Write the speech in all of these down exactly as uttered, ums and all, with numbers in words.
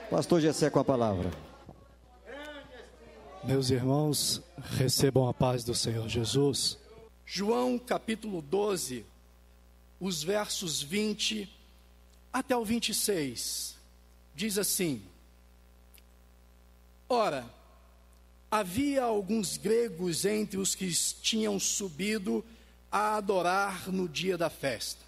Pastor Gessé com a palavra. Meus irmãos, recebam a paz do Senhor Jesus. João capítulo doze, os versos vinte até o vinte e seis, diz assim: Ora, havia alguns gregos entre os que tinham subido a adorar no dia da festa.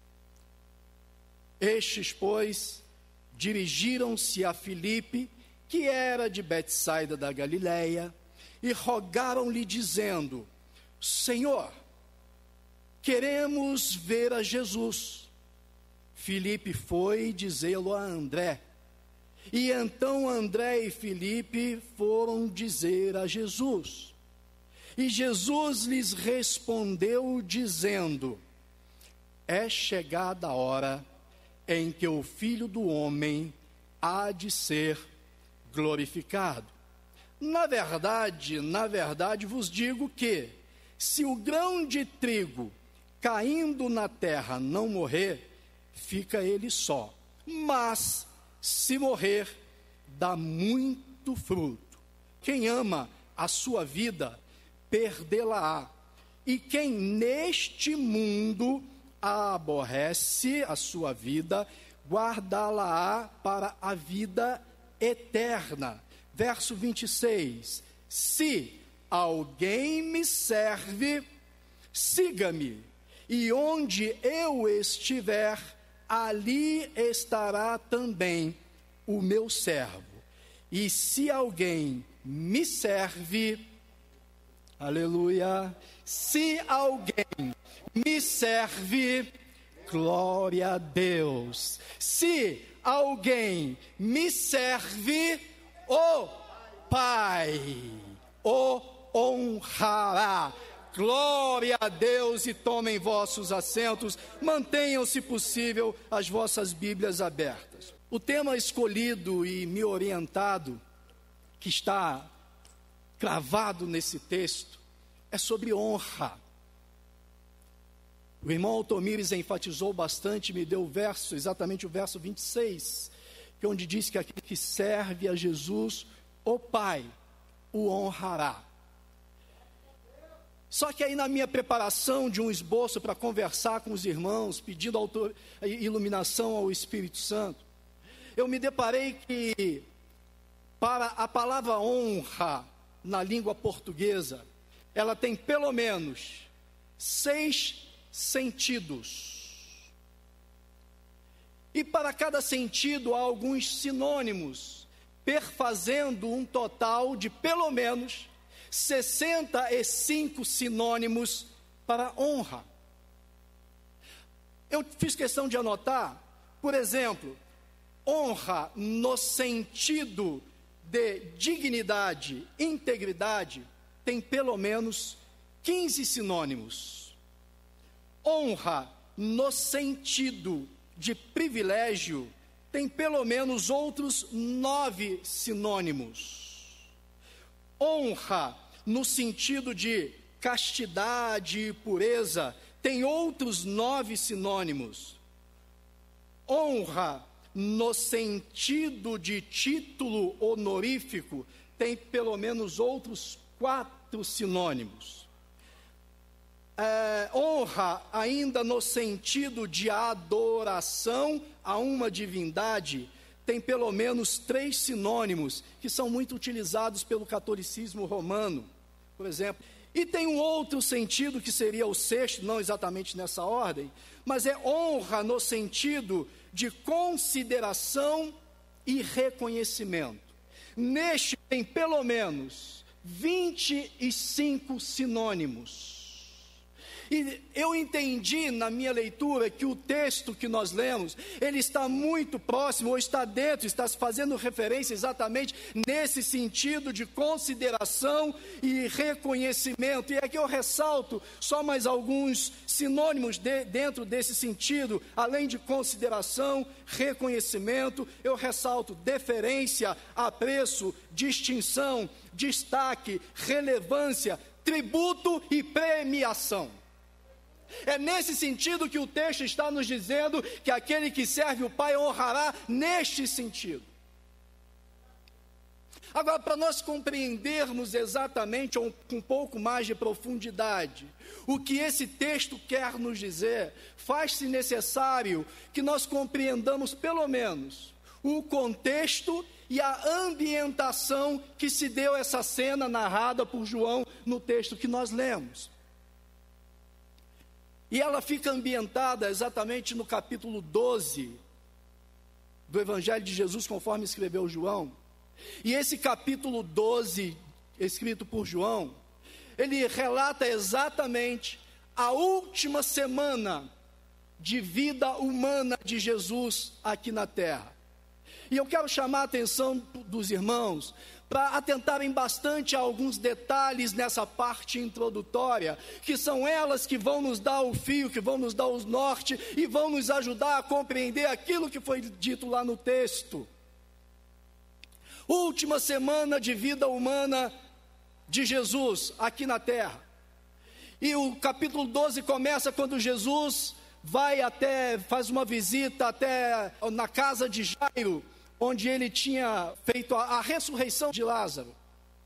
Estes, pois, dirigiram-se a Filipe, que era de Betsaida da Galileia, e rogaram-lhe dizendo: Senhor, queremos ver a Jesus. Filipe foi dizê-lo a André. E então André e Filipe foram dizer a Jesus. E Jesus lhes respondeu dizendo: É chegada a hora em que o Filho do Homem há de ser glorificado. Na verdade, na verdade vos digo que, se o grão de trigo caindo na terra não morrer, fica ele só. Mas, se morrer, dá muito fruto. Quem ama a sua vida, perdê-la-á. E quem neste mundo aborrece a sua vida, guardá-la-á para a vida eterna. Verso vinte e seis: Se alguém me serve, siga-me, e onde eu estiver, ali estará também o meu servo. E se alguém me serve, aleluia, se alguém me serve, glória a Deus. Se alguém me serve, o Pai o honrará. Glória a Deus, e tomem vossos assentos. Mantenham, se possível, as vossas Bíblias abertas. O tema escolhido e me orientado, que está cravado nesse texto, é sobre honra. O irmão Altomires enfatizou bastante, me deu o verso, exatamente o verso vinte e seis, que é onde diz que aquele que serve a Jesus, o Pai, o honrará. Só que aí, na minha preparação de um esboço para conversar com os irmãos, pedindo autor, iluminação ao Espírito Santo, eu me deparei que, para a palavra honra na língua portuguesa, ela tem pelo menos seis sentidos. E para cada sentido há alguns sinônimos, perfazendo um total de pelo menos sessenta e cinco sinônimos para honra. Eu fiz questão de anotar, por exemplo, honra no sentido de dignidade, integridade, tem pelo menos quinze sinônimos. Honra no sentido de privilégio tem pelo menos outros nove sinônimos. Honra no sentido de castidade e pureza tem outros nove sinônimos. Honra no sentido de título honorífico tem pelo menos outros quatro sinônimos. É, honra ainda no sentido de adoração a uma divindade tem pelo menos três sinônimos que são muito utilizados pelo catolicismo romano, por exemplo. E tem um outro sentido que seria o sexto, não exatamente nessa ordem, mas é honra no sentido de consideração e reconhecimento. Neste tem pelo menos vinte e cinco sinônimos. E eu entendi na minha leitura que o texto que nós lemos, ele está muito próximo, ou está dentro, está fazendo referência exatamente nesse sentido de consideração e reconhecimento. E aqui eu ressalto só mais alguns sinônimos de, dentro desse sentido, além de consideração, reconhecimento, eu ressalto deferência, apreço, distinção, destaque, relevância, tributo e premiação. É nesse sentido que o texto está nos dizendo que aquele que serve o Pai honrará neste sentido. Agora, para nós compreendermos exatamente, ou com um pouco mais de profundidade, o que esse texto quer nos dizer, faz-se necessário que nós compreendamos pelo menos o contexto e a ambientação que se deu essa cena narrada por João no texto que nós lemos. E ela fica ambientada exatamente no capítulo doze do Evangelho de Jesus, conforme escreveu João. E esse capítulo doze, escrito por João, ele relata exatamente a última semana de vida humana de Jesus aqui na terra. E eu quero chamar a atenção dos irmãos para atentarem bastante a alguns detalhes nessa parte introdutória, que são elas que vão nos dar o fio, que vão nos dar o norte e vão nos ajudar a compreender aquilo que foi dito lá no texto. Última semana de vida humana de Jesus aqui na terra. E o capítulo doze começa quando Jesus vai até, faz uma visita até na casa de Jairo, onde ele tinha feito a, a ressurreição de Lázaro.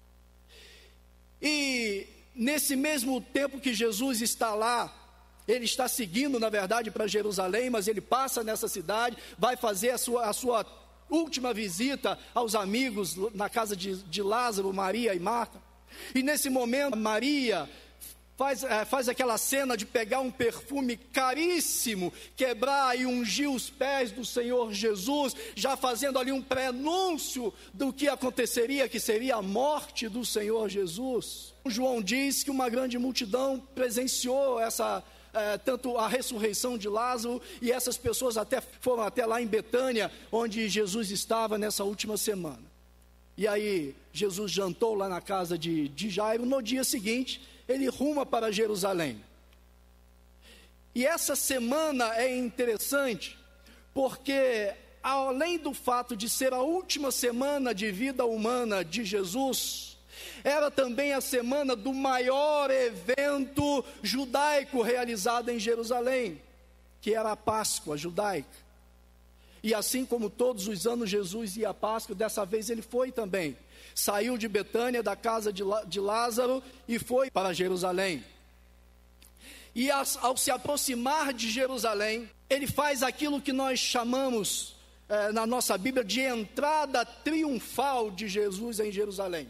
E nesse mesmo tempo que Jesus está lá, ele está seguindo, na verdade, para Jerusalém, mas ele passa nessa cidade, vai fazer a sua, a sua última visita aos amigos na casa de, de Lázaro, Maria e Marta. E nesse momento, Maria faz, é, faz aquela cena de pegar um perfume caríssimo, quebrar e ungir os pés do Senhor Jesus, já fazendo ali um prenúncio do que aconteceria, que seria a morte do Senhor Jesus. João diz que uma grande multidão presenciou essa, é, tanto a ressurreição de Lázaro, e essas pessoas até foram até lá em Betânia, onde Jesus estava nessa última semana. E aí, Jesus jantou lá na casa de, de Jairo. No dia seguinte, ele ruma para Jerusalém. E essa semana é interessante, porque além do fato de ser a última semana de vida humana de Jesus, era também a semana do maior evento judaico realizado em Jerusalém, que era a Páscoa judaica. E assim como todos os anos Jesus ia à Páscoa, dessa vez ele foi também. Saiu de Betânia, da casa de Lázaro, e foi para Jerusalém. E ao se aproximar de Jerusalém, ele faz aquilo que nós chamamos, eh, na nossa Bíblia, de entrada triunfal de Jesus em Jerusalém.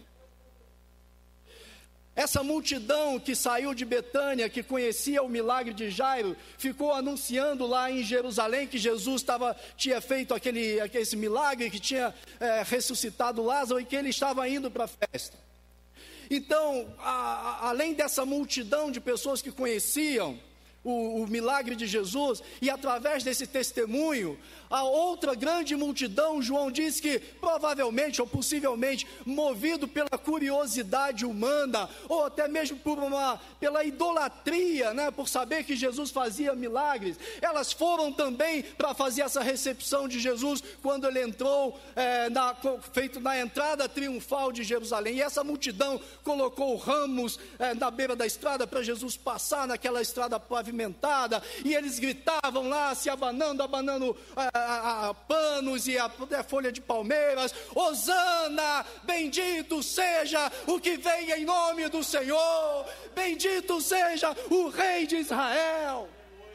Essa multidão que saiu de Betânia, que conhecia o milagre de Jairo, ficou anunciando lá em Jerusalém que Jesus tava, tinha feito aquele, aquele milagre, que tinha é, ressuscitado Lázaro e que ele estava indo para a festa. Então, a, a, além dessa multidão de pessoas que conheciam o, o milagre de Jesus, e através desse testemunho, a outra grande multidão, João diz que provavelmente ou possivelmente movido pela curiosidade humana, ou até mesmo por uma, pela idolatria, né, por saber que Jesus fazia milagres, elas foram também para fazer essa recepção de Jesus quando ele entrou, é, na, feito na entrada triunfal de Jerusalém. E essa multidão colocou ramos é, na beira da estrada para Jesus passar naquela estrada pavimentada, e eles gritavam lá, se abanando, abanando é, A, a, panos e a, a folha de palmeiras: Hosana, bendito seja o que vem em nome do Senhor, bendito seja o Rei de Israel.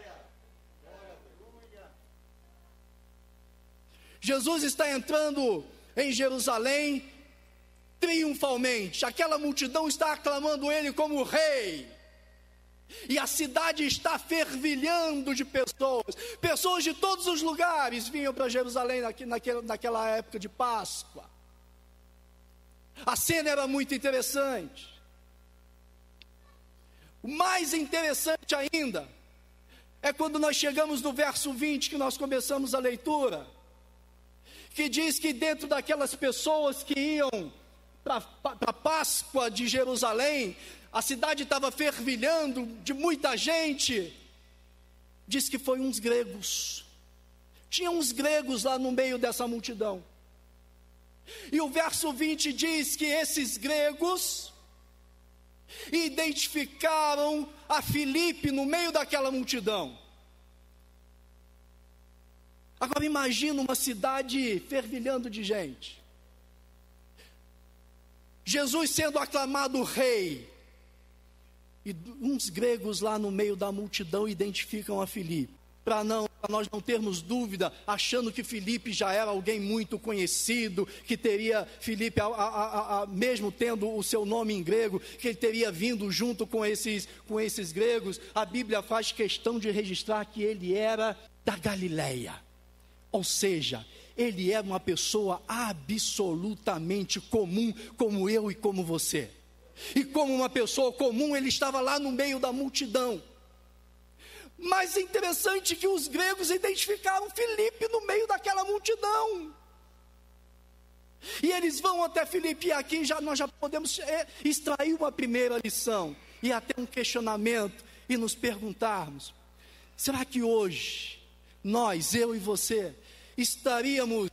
Jesus está entrando em Jerusalém triunfalmente, aquela multidão está aclamando ele como rei. E a cidade está fervilhando de pessoas, pessoas de todos os lugares vinham para Jerusalém naquela, naquela época de Páscoa. A cena era muito interessante. O mais interessante ainda é quando nós chegamos no verso vinte, que nós começamos a leitura, que diz que dentro daquelas pessoas que iam para a Páscoa de Jerusalém, a cidade estava fervilhando de muita gente. Diz que foi uns gregos. Tinha uns gregos lá no meio dessa multidão. E o verso vinte diz que esses gregos identificaram a Filipe no meio daquela multidão. Agora imagina uma cidade fervilhando de gente. Jesus sendo aclamado rei, e uns gregos lá no meio da multidão identificam a Filipe, para não, para nós não termos dúvida, achando que Filipe já era alguém muito conhecido, que teria, Filipe, a, a, a, a, mesmo tendo o seu nome em grego, que ele teria vindo junto com esses, com esses gregos. A Bíblia faz questão de registrar que ele era da Galileia, ou seja, ele era uma pessoa absolutamente comum, como eu e como você. E como uma pessoa comum, ele estava lá no meio da multidão. Mas é interessante que os gregos identificaram Filipe no meio daquela multidão. E eles vão até Filipe, e aqui já, nós já podemos extrair uma primeira lição, e até um questionamento, e nos perguntarmos: será que hoje, nós, eu e você, estaríamos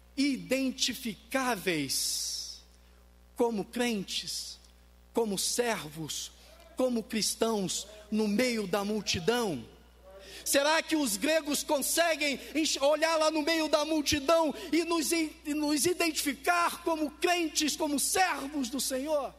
identificáveis como crentes, como servos, como cristãos no meio da multidão? Será que os gregos conseguem olhar lá no meio da multidão e nos, e nos identificar como crentes, como servos do Senhor?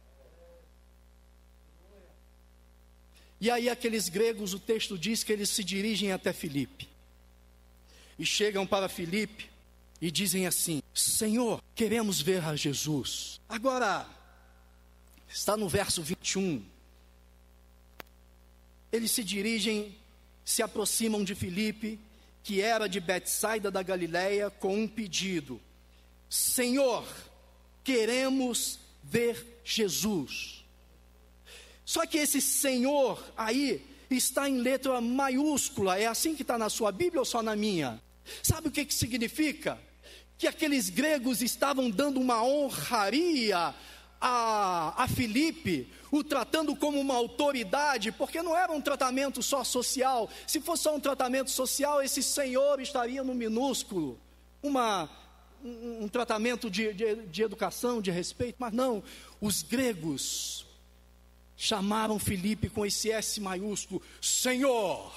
E aí aqueles gregos, o texto diz que eles se dirigem até Filipe. E chegam para Filipe e dizem assim: Senhor, queremos ver a Jesus. Agora, está no verso vinte e um. Eles se dirigem, se aproximam de Filipe, que era de Betsaida da Galileia, com um pedido: Senhor, queremos ver Jesus. Só que esse Senhor aí está em letra maiúscula. É assim que está na sua Bíblia ou só na minha? Sabe o que que significa? Que aqueles gregos estavam dando uma honraria a, a Filipe, o tratando como uma autoridade, porque não era um tratamento só social. Se fosse só um tratamento social, esse senhor estaria no minúsculo, uma, um, um tratamento de, de, de educação, de respeito. Mas não, os gregos chamaram Filipe com esse S maiúsculo: Senhor.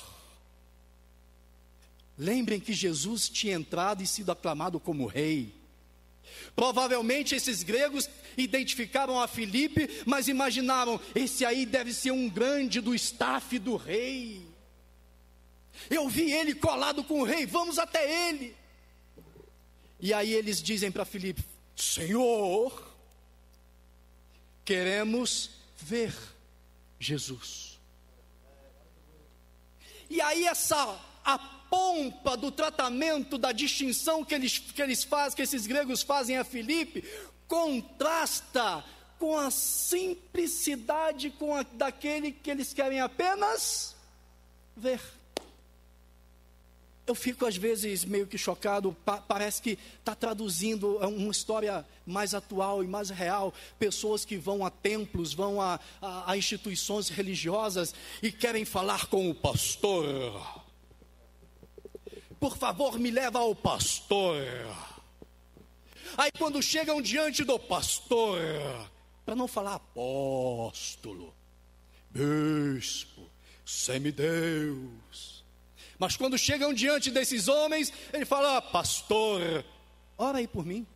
Lembrem que Jesus tinha entrado e sido aclamado como rei. Provavelmente esses gregos identificaram a Filipe, mas imaginaram: esse aí deve ser um grande do staff do rei. Eu vi ele colado com o rei, vamos até ele. E aí eles dizem para Filipe: Senhor, queremos ver Jesus. E aí essa a pompa do tratamento, da distinção que eles, que eles fazem, que esses gregos fazem a Filipe, contrasta com a simplicidade com a, daquele que eles querem apenas ver. Eu fico às vezes meio que chocado, pa, parece que está traduzindo uma história mais atual e mais real. Pessoas que vão a templos, vão a, a, a instituições religiosas e querem falar com o pastor. Por favor, me leva ao pastor. Aí quando chegam diante do pastor, para não falar apóstolo, bispo, semideus, mas quando chegam diante desses homens, ele fala: ah, pastor, ora aí por mim,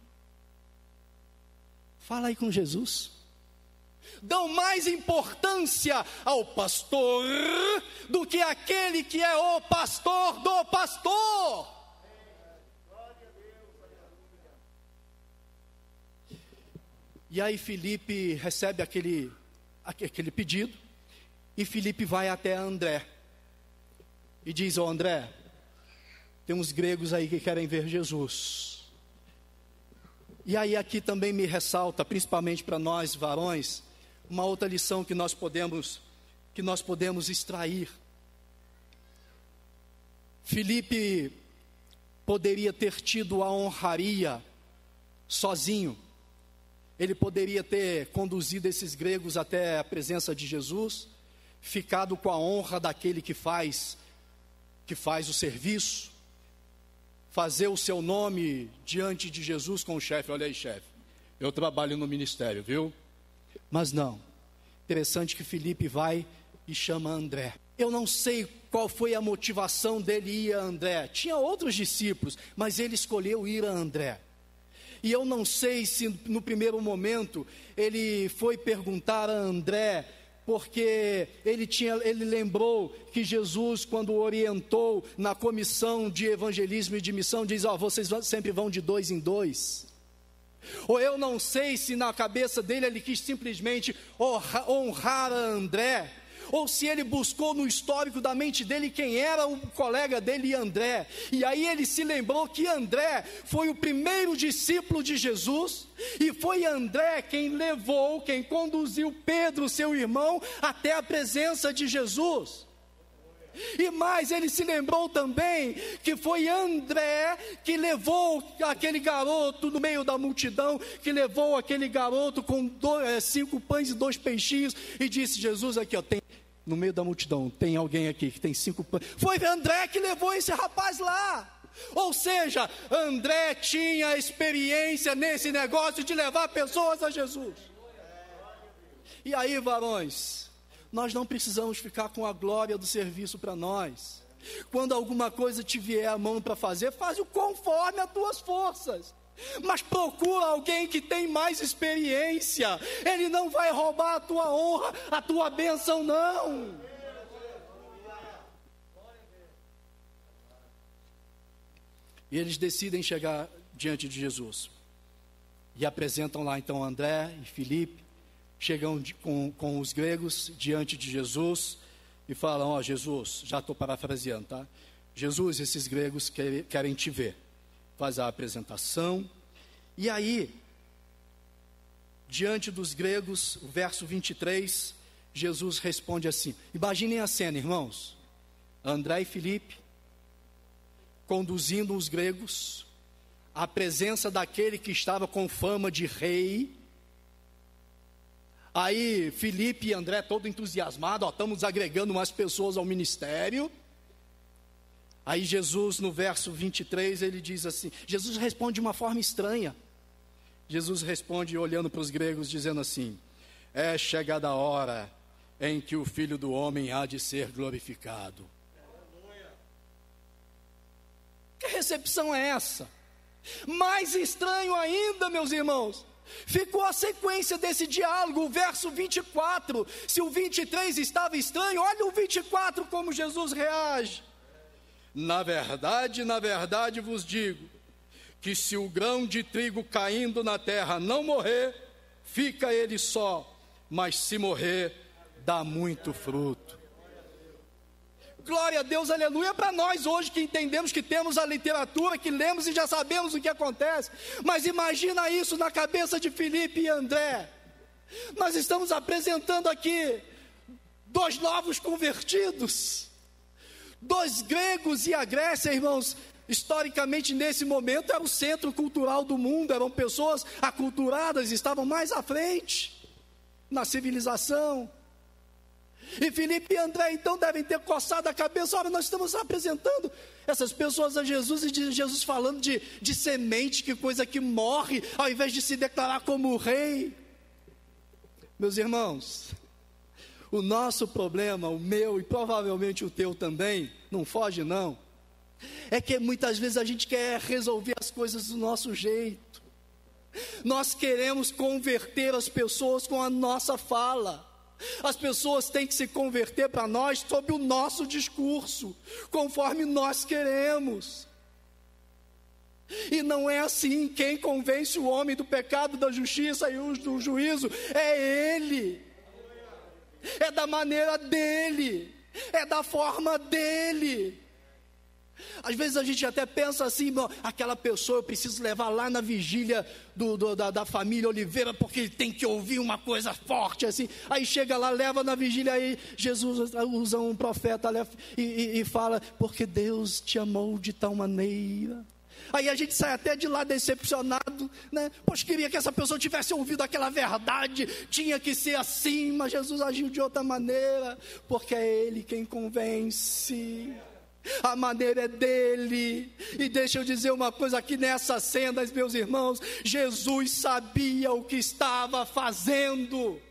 fala aí com Jesus. Dão mais importância ao pastor do que aquele que é o pastor do pastor. E aí Filipe recebe aquele, aquele pedido, e Filipe vai até André e diz: ó, André, tem uns gregos aí que querem ver Jesus. E aí aqui também me ressalta, principalmente para nós varões, uma outra lição que nós podemos, que nós podemos extrair. Filipe poderia ter tido a honraria sozinho. Ele poderia ter conduzido esses gregos até a presença de Jesus, ficado com a honra daquele que faz, que faz o serviço, fazer o seu nome diante de Jesus com o chefe: olha aí, chefe, eu trabalho no ministério, viu? Mas não, interessante que Filipe vai e chama André. Eu não sei qual foi a motivação dele ir a André. Tinha outros discípulos, mas ele escolheu ir a André. E eu não sei se no primeiro momento ele foi perguntar a André, porque ele, tinha, ele lembrou que Jesus, quando orientou na comissão de evangelismo e de missão, diz: ó, vocês sempre vão de dois em dois. Ou eu não sei se na cabeça dele ele quis simplesmente honrar, honrar a André, ou se ele buscou no histórico da mente dele quem era o colega dele, André, e aí ele se lembrou que André foi o primeiro discípulo de Jesus, e foi André quem levou, quem conduziu Pedro, seu irmão, até a presença de Jesus. E mais, ele se lembrou também que foi André que levou aquele garoto no meio da multidão, que levou aquele garoto com dois, é, cinco pães e dois peixinhos, e disse: Jesus, aqui ó, tem, no meio da multidão, tem alguém aqui que tem cinco pães. Foi André que levou esse rapaz lá. Ou seja, André tinha experiência nesse negócio de levar pessoas a Jesus. E aí, varões, nós não precisamos ficar com a glória do serviço para nós. Quando alguma coisa te vier à mão para fazer, faz o conforme as tuas forças. Mas procura alguém que tem mais experiência. Ele não vai roubar a tua honra, a tua bênção, não. E eles decidem chegar diante de Jesus. E apresentam lá então André e Filipe. Chegam de, com, com os gregos diante de Jesus e falam: ó, Jesus, já estou parafraseando, tá? Jesus, esses gregos quer, querem te ver. Faz a apresentação. E aí, diante dos gregos, o verso vinte e três, Jesus responde assim. Imaginem a cena, irmãos. André e Filipe conduzindo os gregos à presença daquele que estava com fama de rei. Aí Filipe e André todo entusiasmado, ó, estamos agregando mais pessoas ao ministério. Aí Jesus, no verso vinte e três, ele diz assim, Jesus responde de uma forma estranha. Jesus responde olhando para os gregos, dizendo assim: é chegada a hora em que o Filho do Homem há de ser glorificado. Que recepção é essa? Mais estranho ainda, meus irmãos, ficou a sequência desse diálogo, o verso vinte e quatro. Se o vinte e três estava estranho, olha o vinte e quatro como Jesus reage. Na verdade, na verdade vos digo, que se o grão de trigo caindo na terra não morrer, fica ele só, mas se morrer, dá muito fruto. Glória a Deus, aleluia, para nós hoje que entendemos que temos a literatura, que lemos e já sabemos o que acontece. Mas imagina isso na cabeça de Filipe e André. Nós estamos apresentando aqui dois novos convertidos, dois gregos, e a Grécia, irmãos, historicamente nesse momento era o centro cultural do mundo, eram pessoas aculturadas, estavam mais à frente na civilização. E Filipe e André então devem ter coçado a cabeça. Olha, nós estamos apresentando essas pessoas a Jesus, e de Jesus falando de, de semente, que coisa que morre, ao invés de se declarar como rei. Meus irmãos, o nosso problema, o meu e provavelmente o teu também, não foge não, é que muitas vezes a gente quer resolver as coisas do nosso jeito. Nós queremos converter as pessoas com a nossa fala. As pessoas têm que se converter para nós sob o nosso discurso, conforme nós queremos. E não é assim. Quem convence o homem do pecado, da justiça e do juízo é ele. É da maneira dele, é da forma dele. Às vezes a gente até pensa assim: bom, aquela pessoa eu preciso levar lá na vigília do, do, da, da família Oliveira, porque ele tem que ouvir uma coisa forte assim. Aí chega lá, leva na vigília, aí Jesus usa um profeta e, e, e fala: porque Deus te amou de tal maneira. Aí a gente sai até de lá decepcionado, né? Pois queria que essa pessoa tivesse ouvido aquela verdade, tinha que ser assim, mas Jesus agiu de outra maneira, porque é Ele quem convence. A maneira é dele. E deixa eu dizer uma coisa aqui nessa cena, meus irmãos: Jesus sabia o que estava fazendo.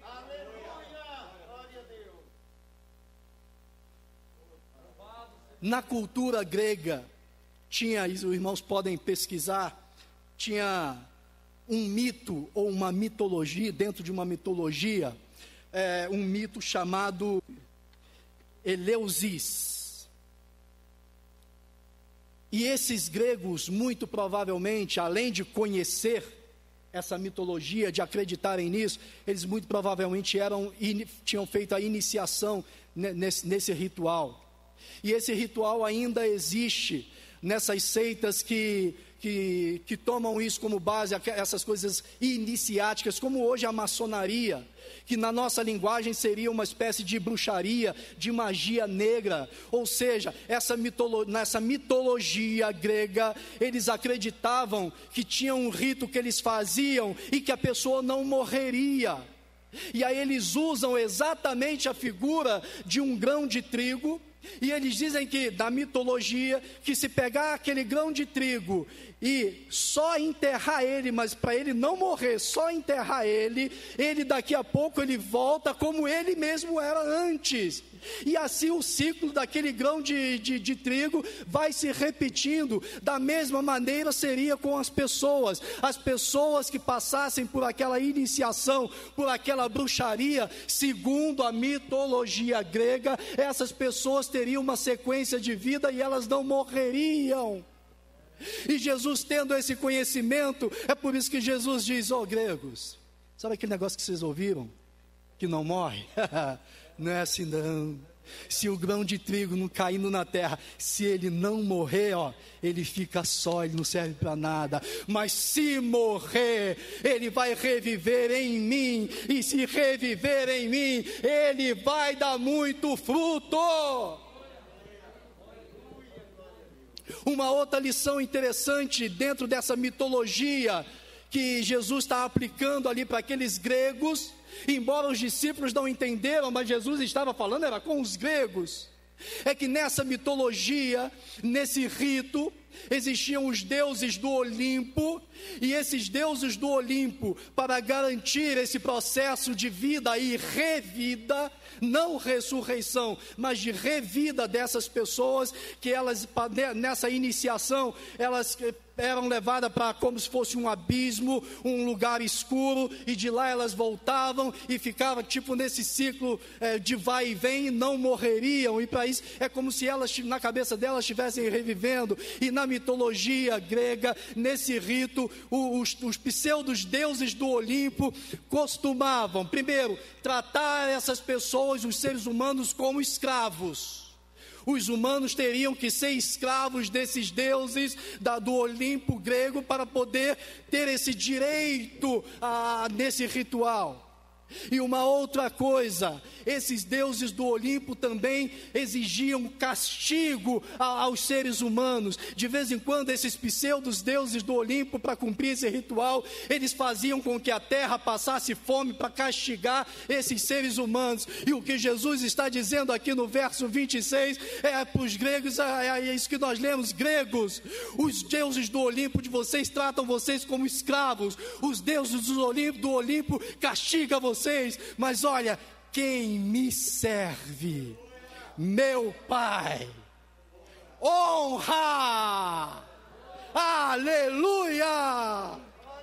Na cultura grega tinha, os irmãos podem pesquisar, tinha um mito ou uma mitologia, dentro de uma mitologia, é, um mito chamado Eleusis. E esses gregos, muito provavelmente, além de conhecer essa mitologia, de acreditarem nisso, eles muito provavelmente eram, tinham feito a iniciação nesse, nesse ritual. E esse ritual ainda existe nessas seitas que, que, que tomam isso como base, essas coisas iniciáticas, como hoje a maçonaria, que na nossa linguagem seria uma espécie de bruxaria, de magia negra. Ou seja, essa mitolo, nessa mitologia grega, eles acreditavam que tinha um rito que eles faziam e que a pessoa não morreria. E aí eles usam exatamente a figura de um grão de trigo, e eles dizem que, da mitologia, que se pegar aquele grão de trigo e só enterrar ele, mas para ele não morrer, só enterrar ele, ele daqui a pouco ele volta como ele mesmo era antes. E assim o ciclo daquele grão de, de, de trigo vai se repetindo. Da mesma maneira seria com as pessoas. As pessoas que passassem por aquela iniciação, por aquela bruxaria, segundo a mitologia grega, essas pessoas teriam uma sequência de vida e elas não morreriam. E Jesus, tendo esse conhecimento, é por isso que Jesus diz: ó, gregos, sabe aquele negócio que vocês ouviram? Que não morre? Não é assim não. Se o grão de trigo não caindo na terra, se ele não morrer, ó, ele fica só, ele não serve para nada. Mas se morrer, ele vai reviver em mim. E se reviver em mim, ele vai dar muito fruto. Uma outra lição interessante dentro dessa mitologia que Jesus está aplicando ali para aqueles gregos, embora os discípulos não entenderam, mas Jesus estava falando era com os gregos, é que nessa mitologia, nesse rito, existiam os deuses do Olimpo, e esses deuses do Olimpo, para garantir esse processo de vida e revida, não ressurreição, mas de revida dessas pessoas, que elas, nessa iniciação, elas eram levadas para como se fosse um abismo, um lugar escuro, e de lá elas voltavam e ficavam tipo nesse ciclo é, de vai e vem, e não morreriam, e para isso é como se elas, na cabeça delas, estivessem revivendo. E na mitologia grega, nesse rito, os, os pseudos deuses do Olimpo costumavam, primeiro, tratar essas pessoas, os seres humanos, como escravos. Os humanos teriam que ser escravos desses deuses da, do Olimpo grego para poder ter esse direito a, nesse ritual. E uma outra coisa, esses deuses do Olimpo também exigiam castigo a, aos seres humanos. De vez em quando esses pseudos deuses do Olimpo, para cumprir esse ritual, eles faziam com que a terra passasse fome para castigar esses seres humanos. E o que Jesus está dizendo aqui no verso vinte e seis é para os gregos, é, é isso que nós lemos: gregos, os deuses do Olimpo de vocês tratam vocês como escravos, os deuses do Olimpo, do Olimpo castigam vocês. Vocês, mas olha, quem me serve, meu Pai, honra, aleluia.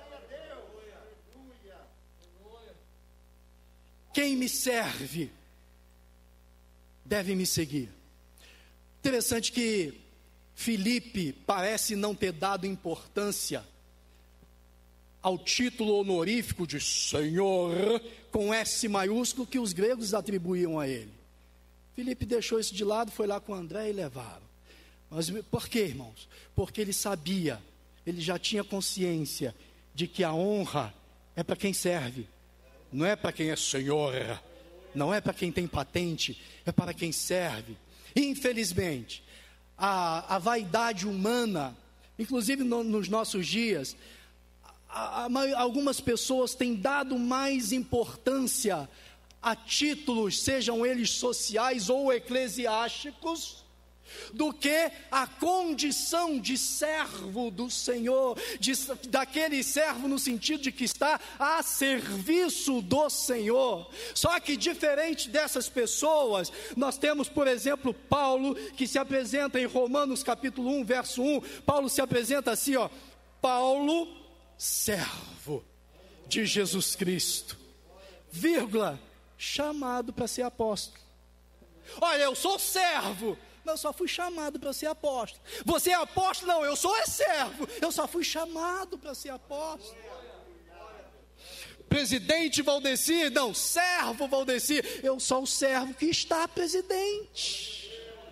Quem me serve deve me seguir. Interessante que Filipe parece não ter dado importância ao título honorífico de Senhor, com S maiúsculo, que os gregos atribuíam a ele. Filipe deixou isso de lado, foi lá com André e levaram. Mas por quê, irmãos? Porque ele sabia, ele já tinha consciência de que a honra é para quem serve, não é para quem é Senhor, não é para quem tem patente, é para quem serve. Infelizmente, a, a vaidade humana, inclusive no, nos nossos dias, algumas pessoas têm dado mais importância a títulos, sejam eles sociais ou eclesiásticos, do que a condição de servo do Senhor, de, daquele servo no sentido de que está a serviço do Senhor. Só que diferente dessas pessoas, nós temos, por exemplo, Paulo, que se apresenta em Romanos capítulo um, verso um, Paulo se apresenta assim, ó: Paulo, servo de Jesus Cristo, vírgula, chamado para ser apóstolo. Olha, eu sou servo, mas eu só fui chamado para ser apóstolo. Você é apóstolo? Não, eu sou é servo, eu só fui chamado para ser apóstolo. Presidente Valdeci? Não, servo Valdeci, eu sou o servo que está presidente.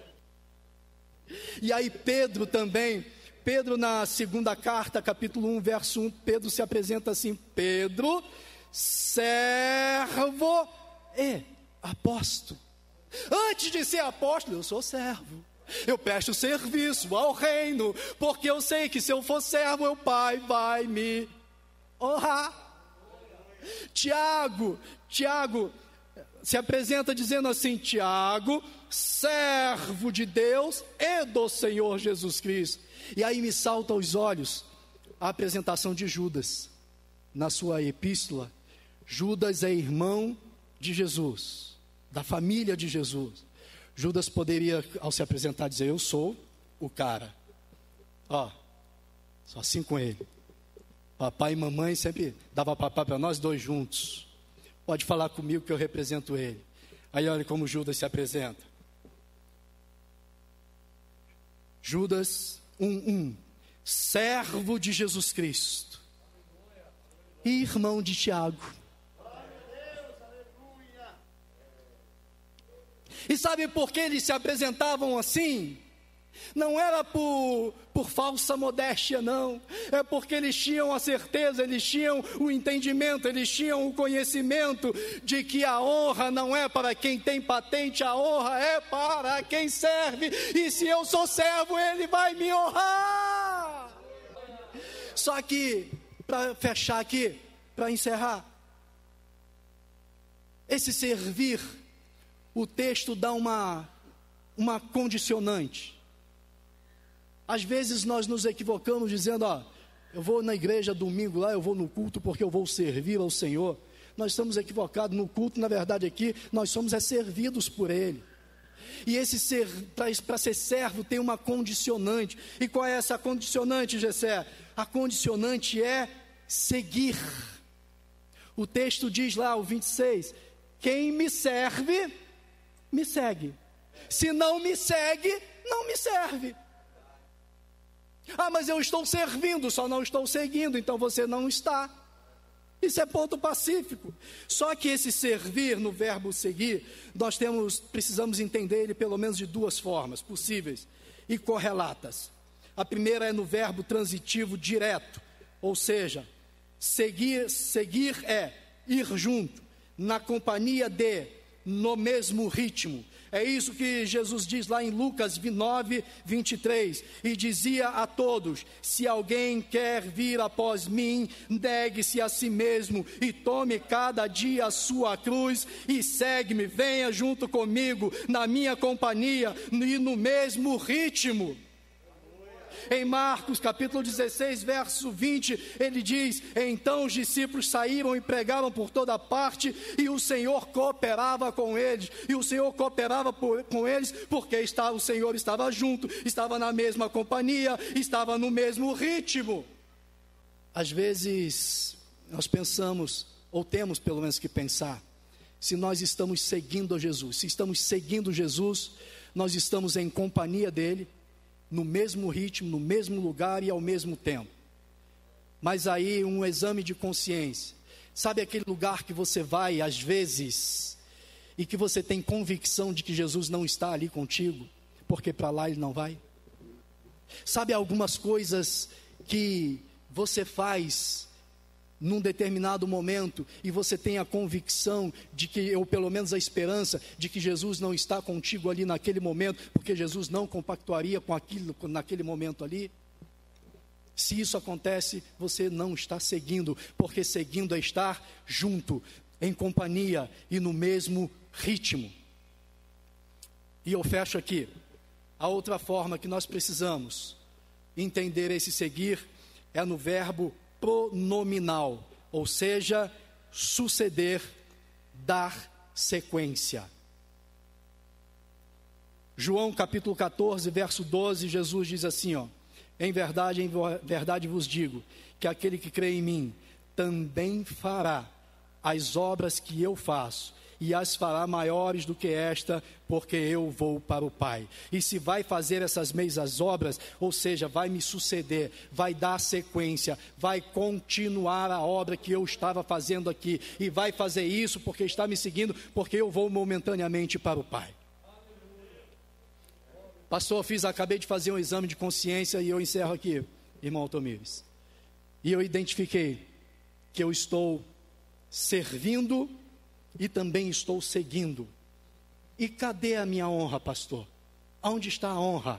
E aí Pedro também, Pedro na segunda carta, capítulo um, verso um, Pedro se apresenta assim: Pedro, servo e apóstolo. Antes de ser apóstolo, eu sou servo. Eu presto serviço ao reino, porque eu sei que se eu for servo, o Pai vai me honrar. Tiago, Tiago se apresenta dizendo assim: Tiago, servo de Deus e do Senhor Jesus Cristo. E aí me salta aos olhos a apresentação de Judas na sua epístola. Judas é irmão de Jesus, da família de Jesus. Judas poderia, ao se apresentar, dizer: eu sou o cara. Ó, só assim com ele. Papai e mamãe sempre dava papai para nós dois juntos. Pode falar comigo que eu represento ele. Aí olha como Judas se apresenta. Judas um, um, servo de Jesus Cristo e irmão de Tiago. E sabe por que eles se apresentavam assim? Não era por, por falsa modéstia, não. É porque eles tinham a certeza, eles tinham o entendimento, eles tinham o conhecimento de que a honra não é para quem tem patente, a honra é para quem serve. E se eu sou servo, ele vai me honrar. Só que, para fechar aqui, para encerrar, esse servir, o texto dá uma, uma condicionante. Às vezes nós nos equivocamos dizendo: ó, eu vou na igreja domingo lá, eu vou no culto porque eu vou servir ao Senhor. Nós estamos equivocados. No culto, na verdade, aqui nós somos é servidos por Ele. E esse ser, para ser servo, tem uma condicionante. E qual é essa condicionante, Gessé? A condicionante é seguir. O texto diz lá, o vinte e seis: quem me serve, me segue. Se não me segue, não me serve. Ah, mas eu estou servindo, só não estou seguindo. Então você não está. Isso é ponto pacífico. Só que esse servir, no verbo seguir, nós temos, precisamos entender ele pelo menos de duas formas possíveis e correlatas. A primeira é no verbo transitivo direto, ou seja, seguir, seguir é ir junto, na companhia de, no mesmo ritmo. É isso que Jesus diz lá em Lucas nove, vinte e três. E dizia a todos: se alguém quer vir após mim, negue-se a si mesmo e tome cada dia a sua cruz e segue-me. Venha junto comigo, na minha companhia e no mesmo ritmo. Em Marcos capítulo dezesseis, verso vinte, ele diz: então os discípulos saíram e pregaram por toda parte, e o Senhor cooperava com eles, e o Senhor cooperava por, com eles, porque está, o Senhor estava junto, estava na mesma companhia, estava no mesmo ritmo. Às vezes nós pensamos, ou temos pelo menos que pensar, se nós estamos seguindo a Jesus, se estamos seguindo Jesus, nós estamos em companhia dele, no mesmo ritmo, no mesmo lugar e ao mesmo tempo. Mas aí um exame de consciência. Sabe aquele lugar que você vai às vezes e que você tem convicção de que Jesus não está ali contigo, porque para lá ele não vai? Sabe algumas coisas que você faz num determinado momento e você tem a convicção de que, ou pelo menos a esperança de que Jesus não está contigo ali naquele momento, porque Jesus não compactuaria com aquilo naquele momento ali? Se isso acontece, você não está seguindo, porque seguindo é estar junto, em companhia e no mesmo ritmo. E eu fecho aqui. A outra forma que nós precisamos entender esse seguir é no verbo pronominal, ou seja, suceder, dar sequência. João capítulo catorze, verso doze, Jesus diz assim, ó: em verdade, em verdade vos digo, porque aquele que crê em mim também fará as obras que eu faço, e as fará maiores do que esta, porque eu vou para o Pai. E se vai fazer essas mesmas obras, ou seja, vai me suceder, vai dar sequência, vai continuar a obra que eu estava fazendo aqui, e vai fazer isso porque está me seguindo, porque eu vou momentaneamente para o Pai. Pastor, eu fiz, acabei de fazer um exame de consciência e eu encerro aqui, irmão Altomires. E eu identifiquei que eu estou servindo e também estou seguindo. E cadê a minha honra, pastor? Onde está a honra?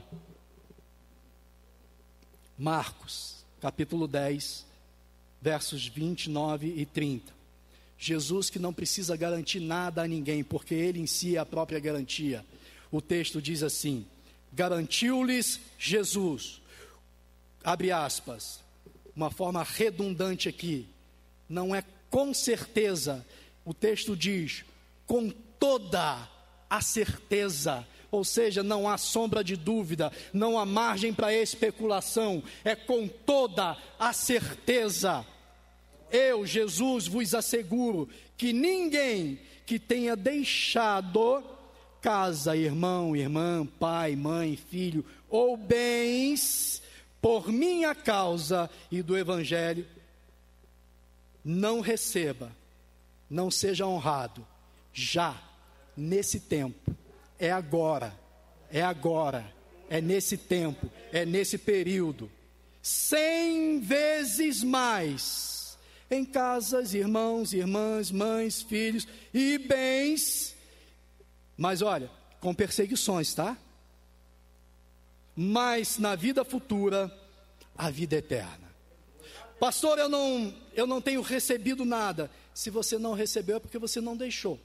Marcos, capítulo dez, versos vinte e nove e trinta. Jesus, que não precisa garantir nada a ninguém, porque ele em si é a própria garantia. O texto diz assim: garantiu-lhes Jesus, abre aspas, uma forma redundante aqui, não é com certeza. O texto diz, com toda a certeza, ou seja, não há sombra de dúvida, não há margem para especulação, é com toda a certeza. Eu, Jesus, vos asseguro que ninguém que tenha deixado casa, irmão, irmã, pai, mãe, filho, ou bens, por minha causa e do Evangelho, não receba, não seja honrado, já, nesse tempo, é agora, é agora, é nesse tempo, é nesse período, cem vezes mais, em casas, irmãos, irmãs, mães, filhos e bens, mas olha, com perseguições, tá? Mas na vida futura, a vida eterna. Pastor, eu não, eu não tenho recebido nada. Se você não recebeu é porque você não deixou.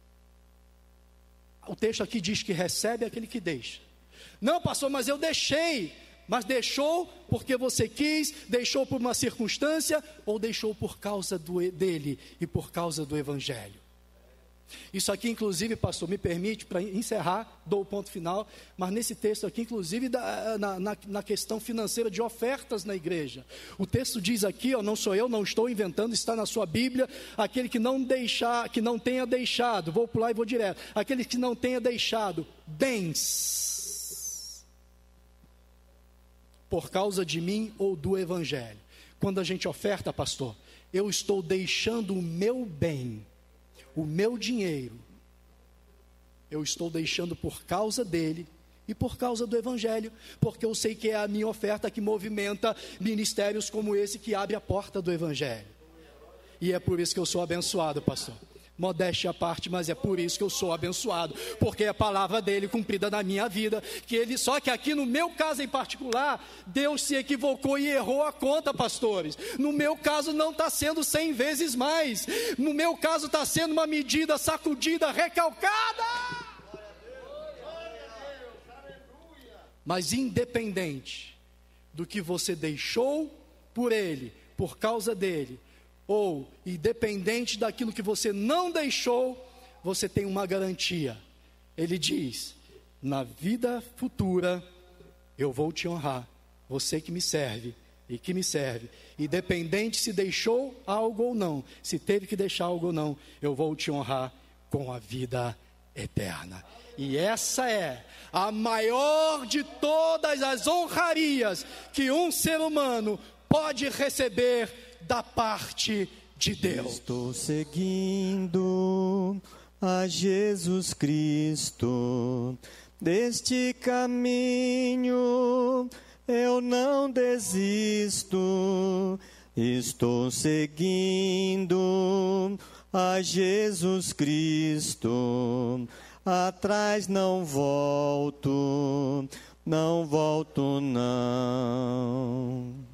O texto aqui diz que recebe aquele que deixa. Não, pastor, mas eu deixei. Mas deixou porque você quis, deixou por uma circunstância, ou deixou por causa do, dele e por causa do Evangelho. Isso aqui, inclusive, pastor, me permite, para encerrar, dou o ponto final, mas nesse texto aqui, inclusive, da, na, na, na questão financeira de ofertas na igreja. O texto diz aqui, ó, não sou eu, não estou inventando, está na sua Bíblia, aquele que não deixar, que não tenha deixado, vou pular e vou direto, aquele que não tenha deixado bens, por causa de mim ou do Evangelho. Quando a gente oferta, pastor, eu estou deixando o meu bem, o meu dinheiro, eu estou deixando por causa dele e por causa do Evangelho, porque eu sei que é a minha oferta que movimenta ministérios como esse, que abre a porta do Evangelho. E é por isso que eu sou abençoado, pastor. Modéstia à parte, mas é por isso que eu sou abençoado, porque é a palavra dele cumprida na minha vida, que ele, só que aqui no meu caso em particular, Deus se equivocou e errou a conta, pastores. No meu caso não está sendo cem vezes mais, no meu caso está sendo uma medida sacudida, recalcada. Mas independente do que você deixou por ele, por causa dele, ou independente daquilo que você não deixou, você tem uma garantia. Ele diz, na vida futura, eu vou te honrar, você que me serve e que me serve, independente se deixou algo ou não, se teve que deixar algo ou não, eu vou te honrar com a vida eterna. E essa é a maior de todas as honrarias que um ser humano pode receber da parte de Deus. Estou seguindo a Jesus Cristo, deste caminho eu não desisto. Estou seguindo a Jesus Cristo, atrás não volto, não volto não.